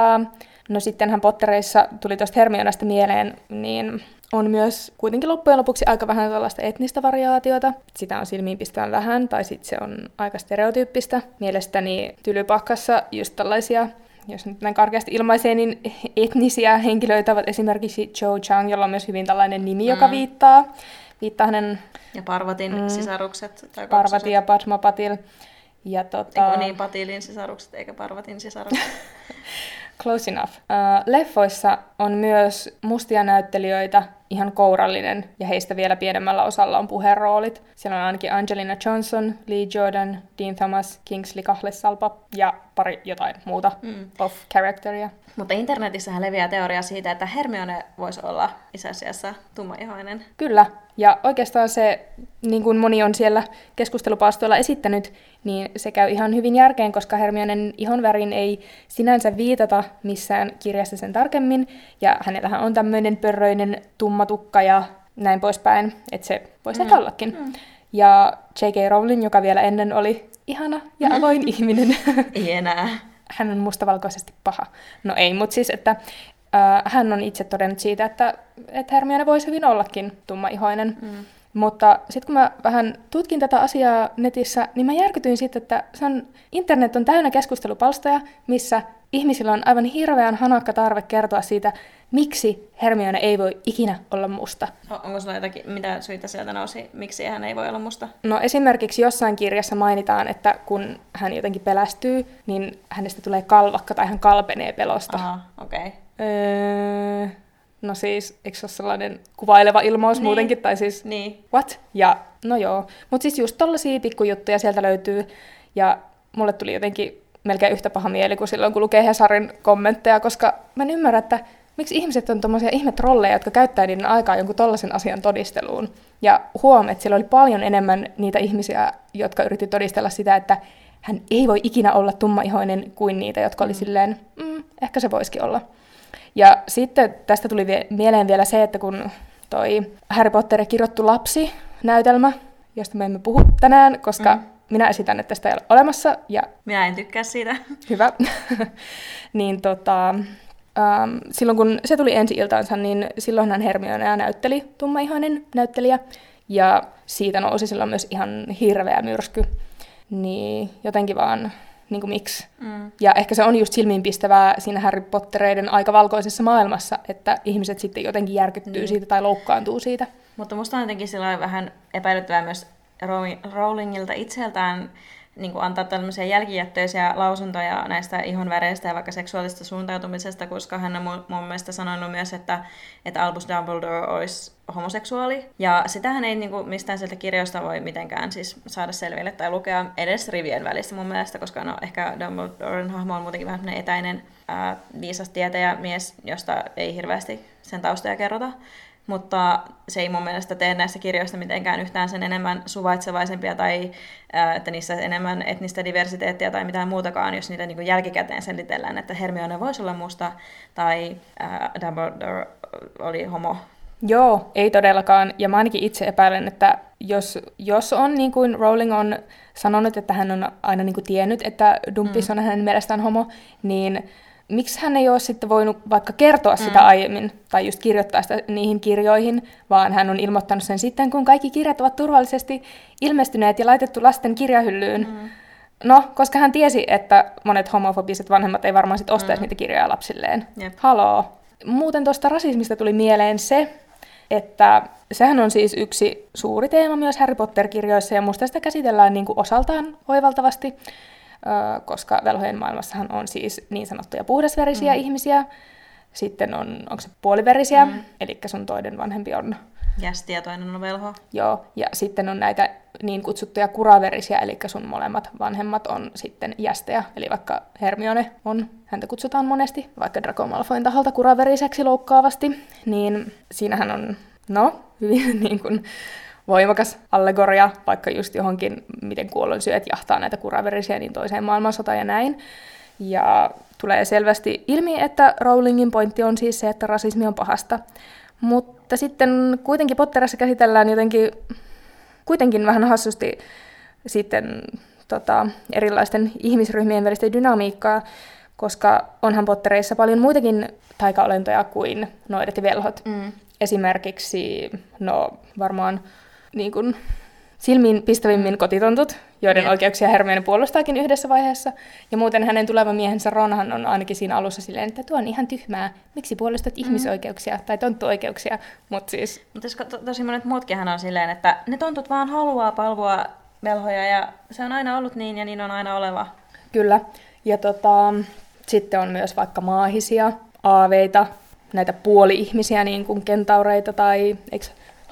No sittenhän Pottereissa tuli tuosta Hermionesta mieleen, niin on myös kuitenkin loppujen lopuksi aika vähän tällaista etnistä variaatiota. Sitä on silmiinpistävän vähän, tai sitten se on aika stereotyyppistä. Mielestäni Tylypahkassa just tällaisia, jos nyt näin karkeasti ilmaisee, niin etnisiä henkilöitä ovat esimerkiksi Cho Chang, jolla on myös hyvin tällainen nimi, joka viittaa hänen... Ja Parvatin sisarukset. Tai Parvati ja Padma Patil. Ja Eikö niin Patilin sisarukset, eikä Parvatin sisarukset? Close enough. Leffoissa on myös mustia näyttelijöitä, ihan kourallinen, ja heistä vielä pienemmällä osalla on puheenroolit. Siellä on ainakin Angelina Johnson, Lee Jordan, Dean Thomas, Kingsley Kahlesalpa ja pari jotain muuta off-characteria. Mutta internetissähän leviää teoria siitä, että Hermione voisi olla itse asiassa tummaihoinen. Kyllä, ja oikeastaan se, niin kuin moni on siellä keskustelupalstoilla esittänyt, niin se käy ihan hyvin järkeen, koska Hermionen ihonvärin ei sinänsä viitata missään kirjassa sen tarkemmin, ja hänellähän on tämmöinen pörröinen tumma tukka ja näin poispäin, että se voisi ehkä ollakin. Ja J.K. Rowling, joka vielä ennen oli ihana ja avoin ihminen. Ei enää. Hän on mustavalkoisesti paha. No ei, mutta siis, että hän on itse todennut siitä, että Hermione voisi hyvin ollakin tummaihoinen. Mutta sitten kun mä vähän tutkin tätä asiaa netissä, niin mä järkytyin sitten, että internet on täynnä keskustelupalstoja, missä ihmisillä on aivan hirveän hanakka tarve kertoa siitä, miksi Hermione ei voi ikinä olla musta. Onko sulla jotakin, mitä syitä sieltä nousi, miksi hän ei voi olla musta? No esimerkiksi jossain kirjassa mainitaan, että kun hän jotenkin pelästyy, niin hänestä tulee kalvakka tai hän kalpenee pelosta. Aha, okei. No siis, eikö se ole sellainen kuvaileva ilmaus muutenkin? Tai siis, what? Ja, no joo. Mutta siis just tollaisia pikkujuttuja sieltä löytyy. Ja mulle tuli jotenkin melkein yhtä paha mieli kuin silloin, kun lukee Hesarin kommentteja, koska mä en ymmärrä, että miksi ihmiset on tommosia ihmetrolleja, jotka käyttää niiden aikaa jonkun tollaisen asian todisteluun. Ja huom, että siellä oli paljon enemmän niitä ihmisiä, jotka yritti todistella sitä, että hän ei voi ikinä olla tummaihoinen kuin niitä, jotka oli silleen, ehkä se voisikin olla. Ja sitten tästä tuli mieleen vielä se, että kun toi Harry Potter kirjoittu lapsi-näytelmä, josta me emme puhu tänään, koska minä esitän, että tästä ei ole olemassa. Ja minä en tykkää siitä. Hyvä. Niin silloin kun se tuli ensi-iltaansa, niin silloinhan Hermionea näytteli tummaihoinen näyttelijä. Ja siitä nousi silloin myös ihan hirveä myrsky. Niin jotenkin vaan... niin kuin miksi. Ja ehkä se on just silmiinpistävää siinä Harry Pottereiden aika valkoisessa maailmassa, että ihmiset sitten jotenkin järkyttyy siitä tai loukkaantuu siitä. Mutta musta on jotenkin sillä vähän epäilyttävää myös Rowlingilta itseltään niin kuin antaa tällaisia jälkijättöisiä lausuntoja näistä ihonväreistä ja vaikka seksuaalista suuntautumisesta, koska hän on mun mielestä sanonut myös, että Albus Dumbledore olisi homoseksuaali. Ja sitähän ei niin kuin mistään sieltä kirjoista voi mitenkään siis saada selville tai lukea edes rivien välissä mun mielestä, koska no, ehkä Dumbledoren hahmo on muutenkin vähän etäinen viisas tietäjämies, josta ei hirveästi sen taustoja kerrota. Mutta se ei mun mielestä tee näistä kirjoista mitenkään yhtään sen enemmän suvaitsevaisempia tai että niissä enemmän etnistä diversiteettiä tai mitään muutakaan, jos niitä niin kuin jälkikäteen selitellään, että Hermione voisi olla musta tai Dumbledore oli homo Joo, ei todellakaan. Ja mä ainakin itse epäilen, että jos on niin kuin Rowling on sanonut, että hän on aina niin kuin tiennyt, että Dumpis on hänen mielestään homo, niin miksi hän ei ole sitten voinut vaikka kertoa sitä aiemmin, tai just kirjoittaa sitä niihin kirjoihin, vaan hän on ilmoittanut sen sitten, kun kaikki kirjat ovat turvallisesti ilmestyneet ja laitettu lasten kirjahyllyyn. No, koska hän tiesi, että monet homofobiset vanhemmat ei varmaan sitten ostaisi niitä kirjoja lapsilleen. Jep. Haloo. Muuten tuosta rasismista tuli mieleen se, että sehän on siis yksi suuri teema myös Harry Potter-kirjoissa, ja musta sitä käsitellään niin kuin osaltaan oivaltavasti, koska velhojen maailmassahan on siis niin sanottuja puhdasverisiä ihmisiä, sitten onko se puoliverisiä, eli sun toinen vanhempi on... Jästi ja toinen on velho. Joo, ja sitten on näitä niin kutsuttuja kuraverisiä, eli sun molemmat vanhemmat on sitten jästejä, eli vaikka Hermione on, häntä kutsutaan monesti, vaikka Draco Malfoyn taholta kuraveriseksi loukkaavasti, niin siinähän on, hyvin niin kuin voimakas allegoria, vaikka just johonkin, miten kuollonsyöt jahtaa näitä kuraverisiä niin toiseen maailmansotaan ja näin. Ja tulee selvästi ilmi, että Rowlingin pointti on siis se, että rasismi on pahasta. Mutta sitten kuitenkin Potterissa käsitellään jotenkin kuitenkin vähän hassusti sitten erilaisten ihmisryhmien välistä dynamiikkaa, koska onhan Pottereissa paljon muitakin taikaolentoja kuin noidet ja velhot. Esimerkiksi, varmaan niin kuin silmiin pistävimmin kotitontut, joiden oikeuksia Hermione puolustaakin yhdessä vaiheessa. Ja muuten hänen tuleva miehensä Ronhan on ainakin siinä alussa silleen, että tuo on ihan tyhmää. Miksi puolustat ihmisoikeuksia tai tonttuoikeuksia? Mutta tosi monet muutkin on silleen, että ne tontut vaan haluaa palvoa velhoja ja se on aina ollut niin ja niin on aina oleva. Kyllä. Ja sitten on myös vaikka maahisia, aaveita, näitä puoli-ihmisiä niin kuin kentaureita tai eikö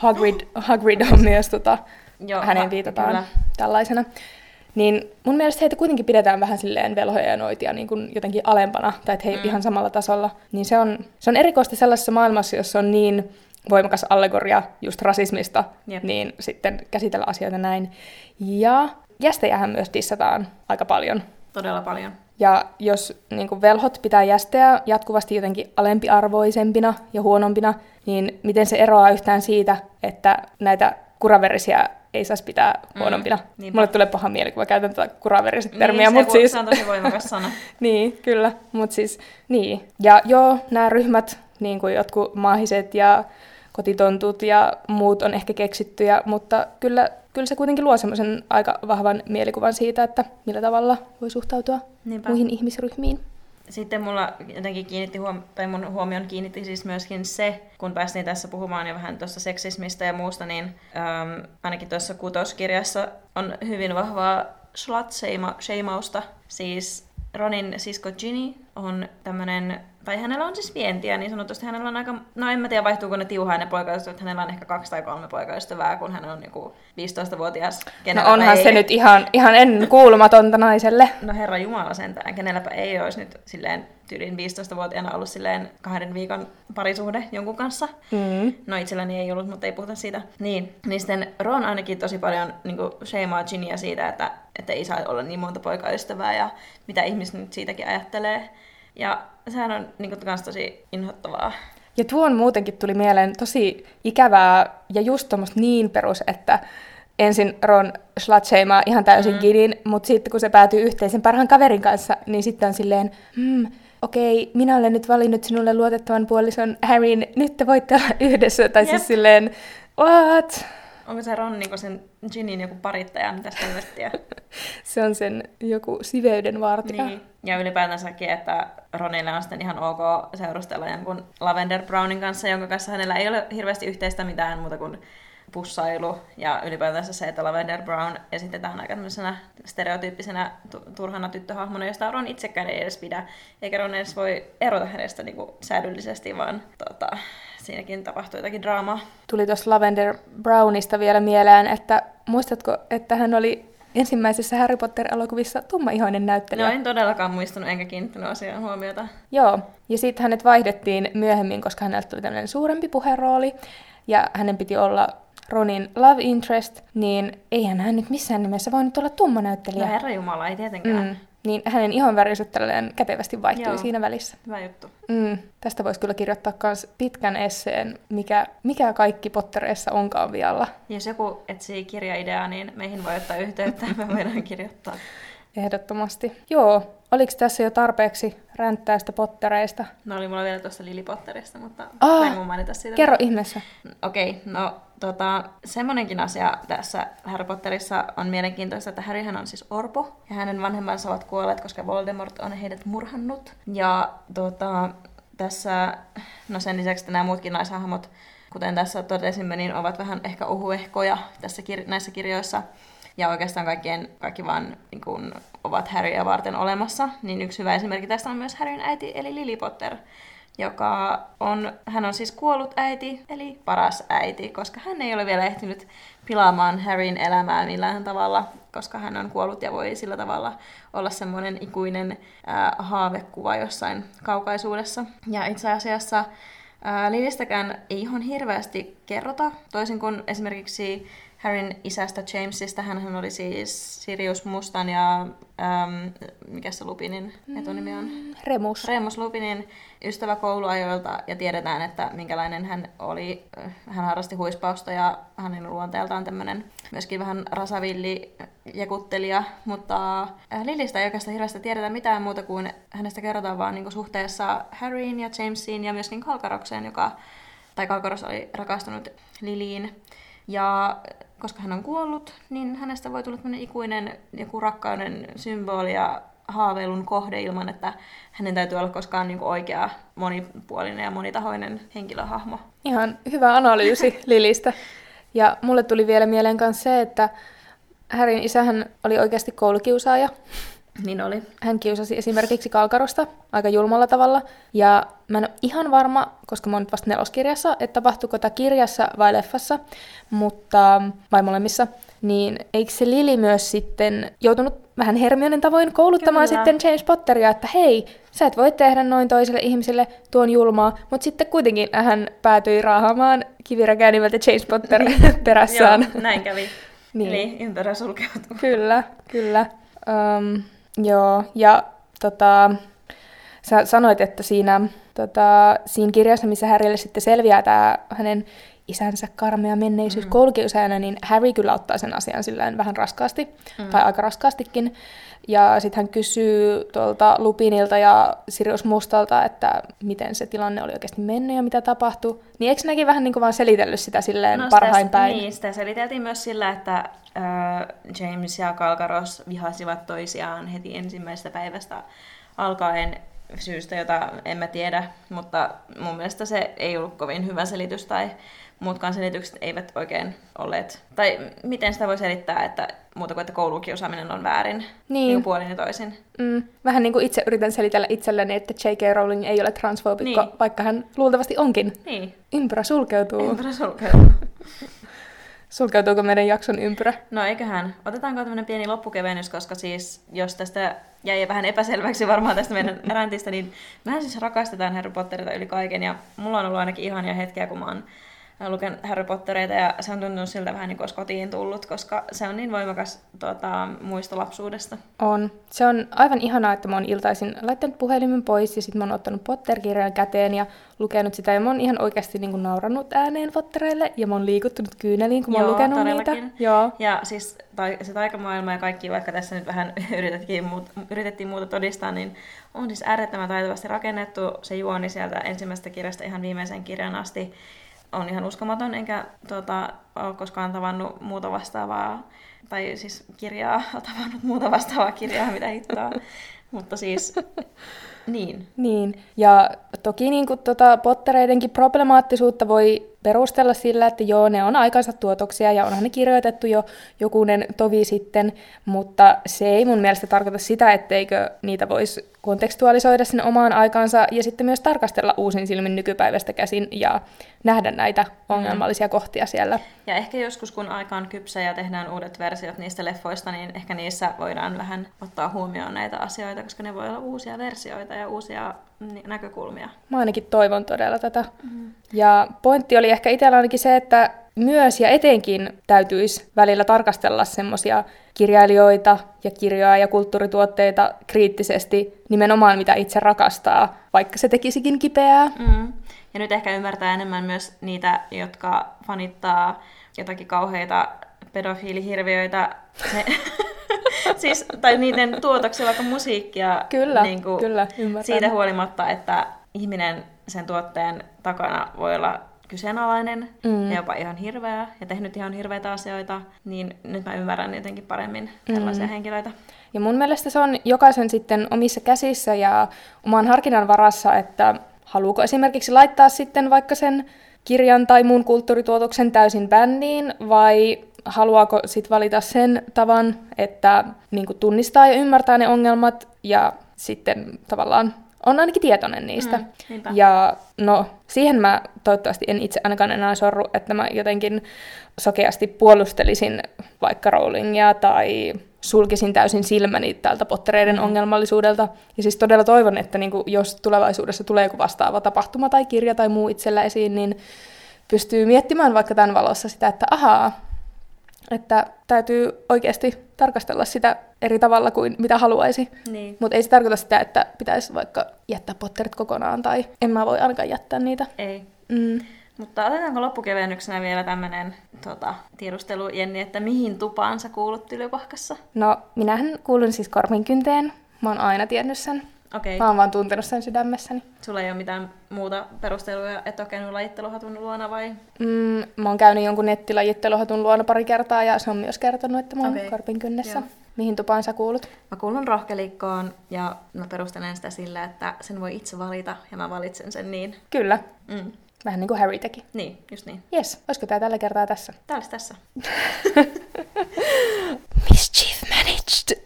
Hagrid on myös hänen viitataan kyllä tällaisena. Niin mun mielestä heitä kuitenkin pidetään vähän silleen velhoja ja noitia niin kuin jotenkin alempana, tai että he ihan samalla tasolla. Niin se on erikoista sellaisessa maailmassa, jossa on niin voimakas allegoria just rasismista, niin sitten käsitellä asioita näin. Ja jästejähän myös dissataan aika paljon. Todella paljon. Ja jos niin kuin velhot pitää jästejä jatkuvasti jotenkin alempiarvoisempina ja huonompina, niin miten se eroaa yhtään siitä, että näitä kuraverisiä ei saisi pitää huonompina. Mulle tulee paha mieli, kun mä käytän tätä kuraveriset termiä. Se on tosi voimakas sana. Niin, kyllä. Mutta siis, niin. Ja joo, nämä ryhmät, niin kuin jotkut maahiset ja kotitontut ja muut on ehkä keksittyjä, mutta kyllä se kuitenkin luo semmoisen aika vahvan mielikuvan siitä, että millä tavalla voi suhtautua muihin ihmisryhmiin. Sitten mulla jotenkin mun huomion kiinnitti siis myöskin se, kun päästiin tässä puhumaan jo vähän tuosta seksismistä ja muusta, niin ainakin tuossa kutoskirjassa on hyvin vahvaa slut-shameausta. Siis Ronin sisko Ginny on tämmönen, tai hänellä on siis vientiä niin sanotusti, hänellä on aika, en mä tiedä vaihtuuko ne tiuhaan ne poikaystävät, hänellä on ehkä 2 tai 3 poikaystävää, kun hän on joku 15-vuotias. No onhan se nyt ihan ennenkuulumatonta naiselle. No herra jumala sentään, kenelläpä ei olisi nyt silleen tyylin 15-vuotiaana ollut silleen 2 viikon parisuhde jonkun kanssa. No itselläni ei ollut, mutta ei puhuta siitä. Niin sitten Ron ainakin tosi paljon niin shameaa Ginnyä siitä, että ei saa olla niin monta poikaystävää ja mitä ihmiset nyt siitäkin ajattelee. Ja sehän on niin kans tosi inhottavaa. Ja tuon muutenkin tuli mieleen tosi ikävää ja just tommoista niin perus, että ensin Ron slut-shameaa ihan täysin Ginnyn, mutta sitten kun se päätyy yhteisen parhaan kaverin kanssa, niin sitten on silleen, okei, minä olen nyt valinnut sinulle luotettavan puolison Harryn, nyt te voitte olla yhdessä. Tai siis silleen, what? Onko se Ron niin sen Ginnyn joku parittaja, mitä sitä tiedä? Se on sen joku siveyden vartija. Niin. Ja ylipäätänsäkin, että Ronille on sitten ihan ok seurustella jonkun Lavender Brownin kanssa, jonka kanssa hänellä ei ole hirveästi yhteistä mitään muuta kuin pussailu. Ja ylipäätänsä se, että Lavender Brown esitetään aika tämmöisenä stereotyyppisenä turhana tyttöhahmona, josta Ron itsekään ei edes pidä. Eikä Ron edes voi erota hänestä niin kuin säädyllisesti, vaan siinäkin tapahtui jotakin draamaa. Tuli tuossa Lavender Brownista vielä mieleen, että muistatko, että hän oli ensimmäisessä Harry Potter-elokuvissa tummaihoinen näyttelijä? No en todellakaan muistanut enkä kiinnittänyt asiaan huomiota. Joo, ja sitten hänet vaihdettiin myöhemmin, koska hänellä tuli tämmöinen suurempi puherooli, ja hänen piti olla Ronin love interest, niin eihän hän nyt missään nimessä voinut olla tumma näyttelijä. No herranjumala, ei tietenkään. niin hänen ihonvärinsä tälleen kätevästi vaihtui siinä välissä. Hyvä juttu. Tästä voisi kyllä kirjoittaa myös pitkän esseen, mikä kaikki Pottereissa onkaan vialla. Jos joku etsii kirjaideaa, niin meihin voi ottaa yhteyttä, me voidaan kirjoittaa. Ehdottomasti. Joo, oliko tässä jo tarpeeksi ränttäistä Pottereista? No oli mulla vielä tuosta Lily Potterista, mutta en mun mainita siitä. Kerro ihmeessä. Okei, no semmonenkin asia tässä Harry Potterissa on mielenkiintoista, että Harryhän on siis orpo, ja hänen vanhempansa ovat kuolleet, koska Voldemort on heidät murhannut. Ja tässä, no sen lisäksi että nämä muutkin naishahmot, kuten tässä totesimme, niin ovat vähän ehkä uhuehkoja tässä näissä kirjoissa. Ja oikeastaan kaikki vaan niin kun ovat Harryä varten olemassa. Niin yksi hyvä esimerkki tästä on myös Harryn äiti, eli Lily Potter, hän on siis kuollut äiti, eli paras äiti, koska hän ei ole vielä ehtinyt pilaamaan Harryn elämää millään tavalla, koska hän on kuollut ja voi sillä tavalla olla semmoinen ikuinen haavekuva jossain kaukaisuudessa. Ja itse asiassa Lilystäkään ei ihan hirveästi kerrota, toisin kuin esimerkiksi Harryn isästä Jamesista. Hän oli siis Sirius Mustan ja mikä se Lupinin etunimi on? Remus Lupinin ystävä kouluajoilta, ja tiedetään, että minkälainen hän oli. Hän harrasti huispausta ja hänen luonteeltaan tämmöinen myöskin vähän rasavilli jakuttelija, mutta Lilystä ei oikeastaan hirveästi tiedetä mitään muuta kuin hänestä kerrotaan vaan niin kuin suhteessa Harryin ja Jamesiin ja myöskin Kalkarokseen, Kalkaros oli rakastunut Lilyin. Ja koska hän on kuollut, niin hänestä voi tulla ikuinen joku rakkauden symboli ja haaveilun kohde ilman, että hänen täytyy olla koskaan niin kuin oikea, monipuolinen ja monitahoinen henkilöhahmo. Ihan hyvä analyysi Lilystä. Ja mulle tuli vielä mieleen myös se, että Harryn isähän oli oikeasti koulukiusaaja. Niin oli. Hän kiusasi esimerkiksi Kalkarosta aika julmalla tavalla. Ja mä en ole ihan varma, koska mä oon nyt vasta 4. kirjassa, että tapahtuuko tämä kirjassa vai leffassa, vai molemmissa. Niin eikö se Lily myös sitten joutunut vähän Hermionen tavoin kouluttamaan sitten James Potteria, että hei, sä et voi tehdä noin toiselle ihmiselle tuon julmaa, mutta sitten kuitenkin hän päätyi raahaamaan kiviräkää nimeltä James Potter perässään. Joo, näin kävi. Niin. Eli ympärä sulkeutuu. Kyllä. Joo, ja sä sanoit, että siinä kirjassa, missä Harrylle sitten selviää tämä hänen isänsä karmea menneisyys koulukiusaajana, niin Harry kyllä ottaa sen asian silleen vähän raskaasti, tai aika raskaastikin. Ja sitten hän kysyy tuolta Lupinilta ja Sirius Mustalta, että miten se tilanne oli oikeasti mennyt ja mitä tapahtui. Niin eikö nekin vähän niin kuin vaan selitellyt sitä silleen parhain päin? Niin, sitä seliteltiin myös sillä, että James ja Kalkaros vihasivat toisiaan heti ensimmäisestä päivästä alkaen syystä, jota emme tiedä, mutta mun mielestä se ei ollut kovin hyvä selitys, tai muutkaan selitykset eivät oikein olleet. Tai miten sitä voi selittää, että muuta kuin että koulukiusaaminen on väärin, niin puolin ja toisin. Vähän niin kuin itse yritän selitellä itselleni, että J.K. Rowling ei ole transfoobikko, vaikka hän luultavasti onkin. Niin. Ympyrä sulkeutuu. Sulkeutuuko meidän jakson ympyrä? No eiköhän. Otetaanko tämmöinen pieni loppukevennys, koska siis jos tästä jäi vähän epäselväksi varmaan tästä meidän räntistä, niin mehän siis rakastetaan Harry Potterita yli kaiken, ja mulla on ollut ainakin ihania hetkiä, kun mä oon lukenut Harry Pottereita, ja se on tuntunut siltä vähän niin kuin olisi kotiin tullut, koska se on niin voimakas muisto lapsuudesta. On. Se on aivan ihanaa, että mä oon iltaisin laittanut puhelimen pois, ja sitten mä oon ottanut Potter-kirjan käteen ja lukenut sitä, ja mä oon ihan oikeasti niin kuin naurannut ääneen Pottereille, ja mä oon liikuttunut kyyneliin, kun mä oon lukenut todellakin. niitä. Joo. Ja siis se taikamaailma ja kaikki, vaikka tässä nyt vähän yritettiin muuta todistaa, niin on siis äärettömän taitavasti rakennettu. Se juoni sieltä ensimmäisestä kirjasta ihan viimeisen kirjan asti on ihan uskomaton, enkä ole koskaan tavannut muuta vastaavaa, tai siis tavannut muuta vastaavaa kirjaa, mitä hittoa. Mutta siis, niin. Ja toki niin kuin Pottereidenkin problemaattisuutta voi perustella sillä, että joo, ne on aikansa tuotoksia ja onhan ne kirjoitettu jo jokunen tovi sitten, mutta se ei mun mielestä tarkoita sitä, etteikö niitä voisi kontekstualisoida sinne omaan aikaansa ja sitten myös tarkastella uusin silmin nykypäivästä käsin ja nähdä näitä ongelmallisia kohtia siellä. Ja ehkä joskus, kun aika on kypsä ja tehdään uudet versiot niistä leffoista, niin ehkä niissä voidaan vähän ottaa huomioon näitä asioita, koska ne voi olla uusia versioita ja uusia näkökulmia. Mä ainakin toivon todella tätä. Ja pointti oli ehkä itsellä ainakin se, että myös ja etenkin täytyisi välillä tarkastella semmoisia kirjailijoita ja kirjoja ja kulttuurituotteita kriittisesti nimenomaan mitä itse rakastaa, vaikka se tekisikin kipeää. Ja nyt ehkä ymmärtää enemmän myös niitä, jotka fanittaa jotakin kauheita pedofiilihirviöitä. Siis, tai niiden tuotoksia, vaikka musiikkia. Kyllä, niin kuin, kyllä, ymmärrän. siitä huolimatta, että ihminen sen tuotteen takana voi olla kyseenalainen ja jopa ihan hirveä ja tehnyt ihan hirveitä asioita, niin nyt mä ymmärrän jotenkin paremmin tällaisia henkilöitä. Ja mun mielestä se on jokaisen sitten omissa käsissä ja oman harkinnan varassa, että haluuko esimerkiksi laittaa sitten vaikka sen kirjan tai muun kulttuurituotoksen täysin bänniin, vai haluaako sitten valita sen tavan, että niin kuin tunnistaa ja ymmärtää ne ongelmat ja sitten tavallaan on ainakin tietoinen niistä. Ja no, siihen mä toivottavasti en itse ainakaan enää sorru, että mä jotenkin sokeasti puolustelisin vaikka Rowlingia tai sulkisin täysin silmäni tältä Pottereiden ongelmallisuudelta. Ja siis todella toivon, että niinku, jos tulevaisuudessa tulee joku vastaava tapahtuma tai kirja tai muu itsellä esiin, niin pystyy miettimään vaikka tämän valossa sitä, että ahaa, että täytyy oikeasti tarkastella sitä eri tavalla kuin mitä haluaisi. Niin. Mutta ei se tarkoita sitä, että pitäisi vaikka jättää Potterit kokonaan, tai en mä voi ainakaan jättää niitä. Ei. Mutta otetaanko loppukevennyksenä vielä tämmöinen tiedustelu, Jenni, että mihin tupaan sä kuulut Tylypahkassa? No, minähän kuulun siis Korpinkynteen. Mä oon aina tiennyt sen. Okei. Mä oon vaan tuntenut sen sydämessäni. Sulla ei ole mitään muuta perusteluja, et ole käynyt lajitteluhatun luona vai? Mä oon käynyt jonkun nettilajitteluhatun luona pari kertaa ja se on myös kertonut, että mä oon Korpinkynnessä. Joo. Mihin tupaan sä kuulut? Mä kuulun Rohkelikkoon ja mä perustelen sitä sillä, että sen voi itse valita ja mä valitsen sen niin. Kyllä. Vähän niin kuin Harry teki. Niin, just niin. Jes, olisiko tää tällä kertaa tässä? Tää olisi tässä. Mischief managed!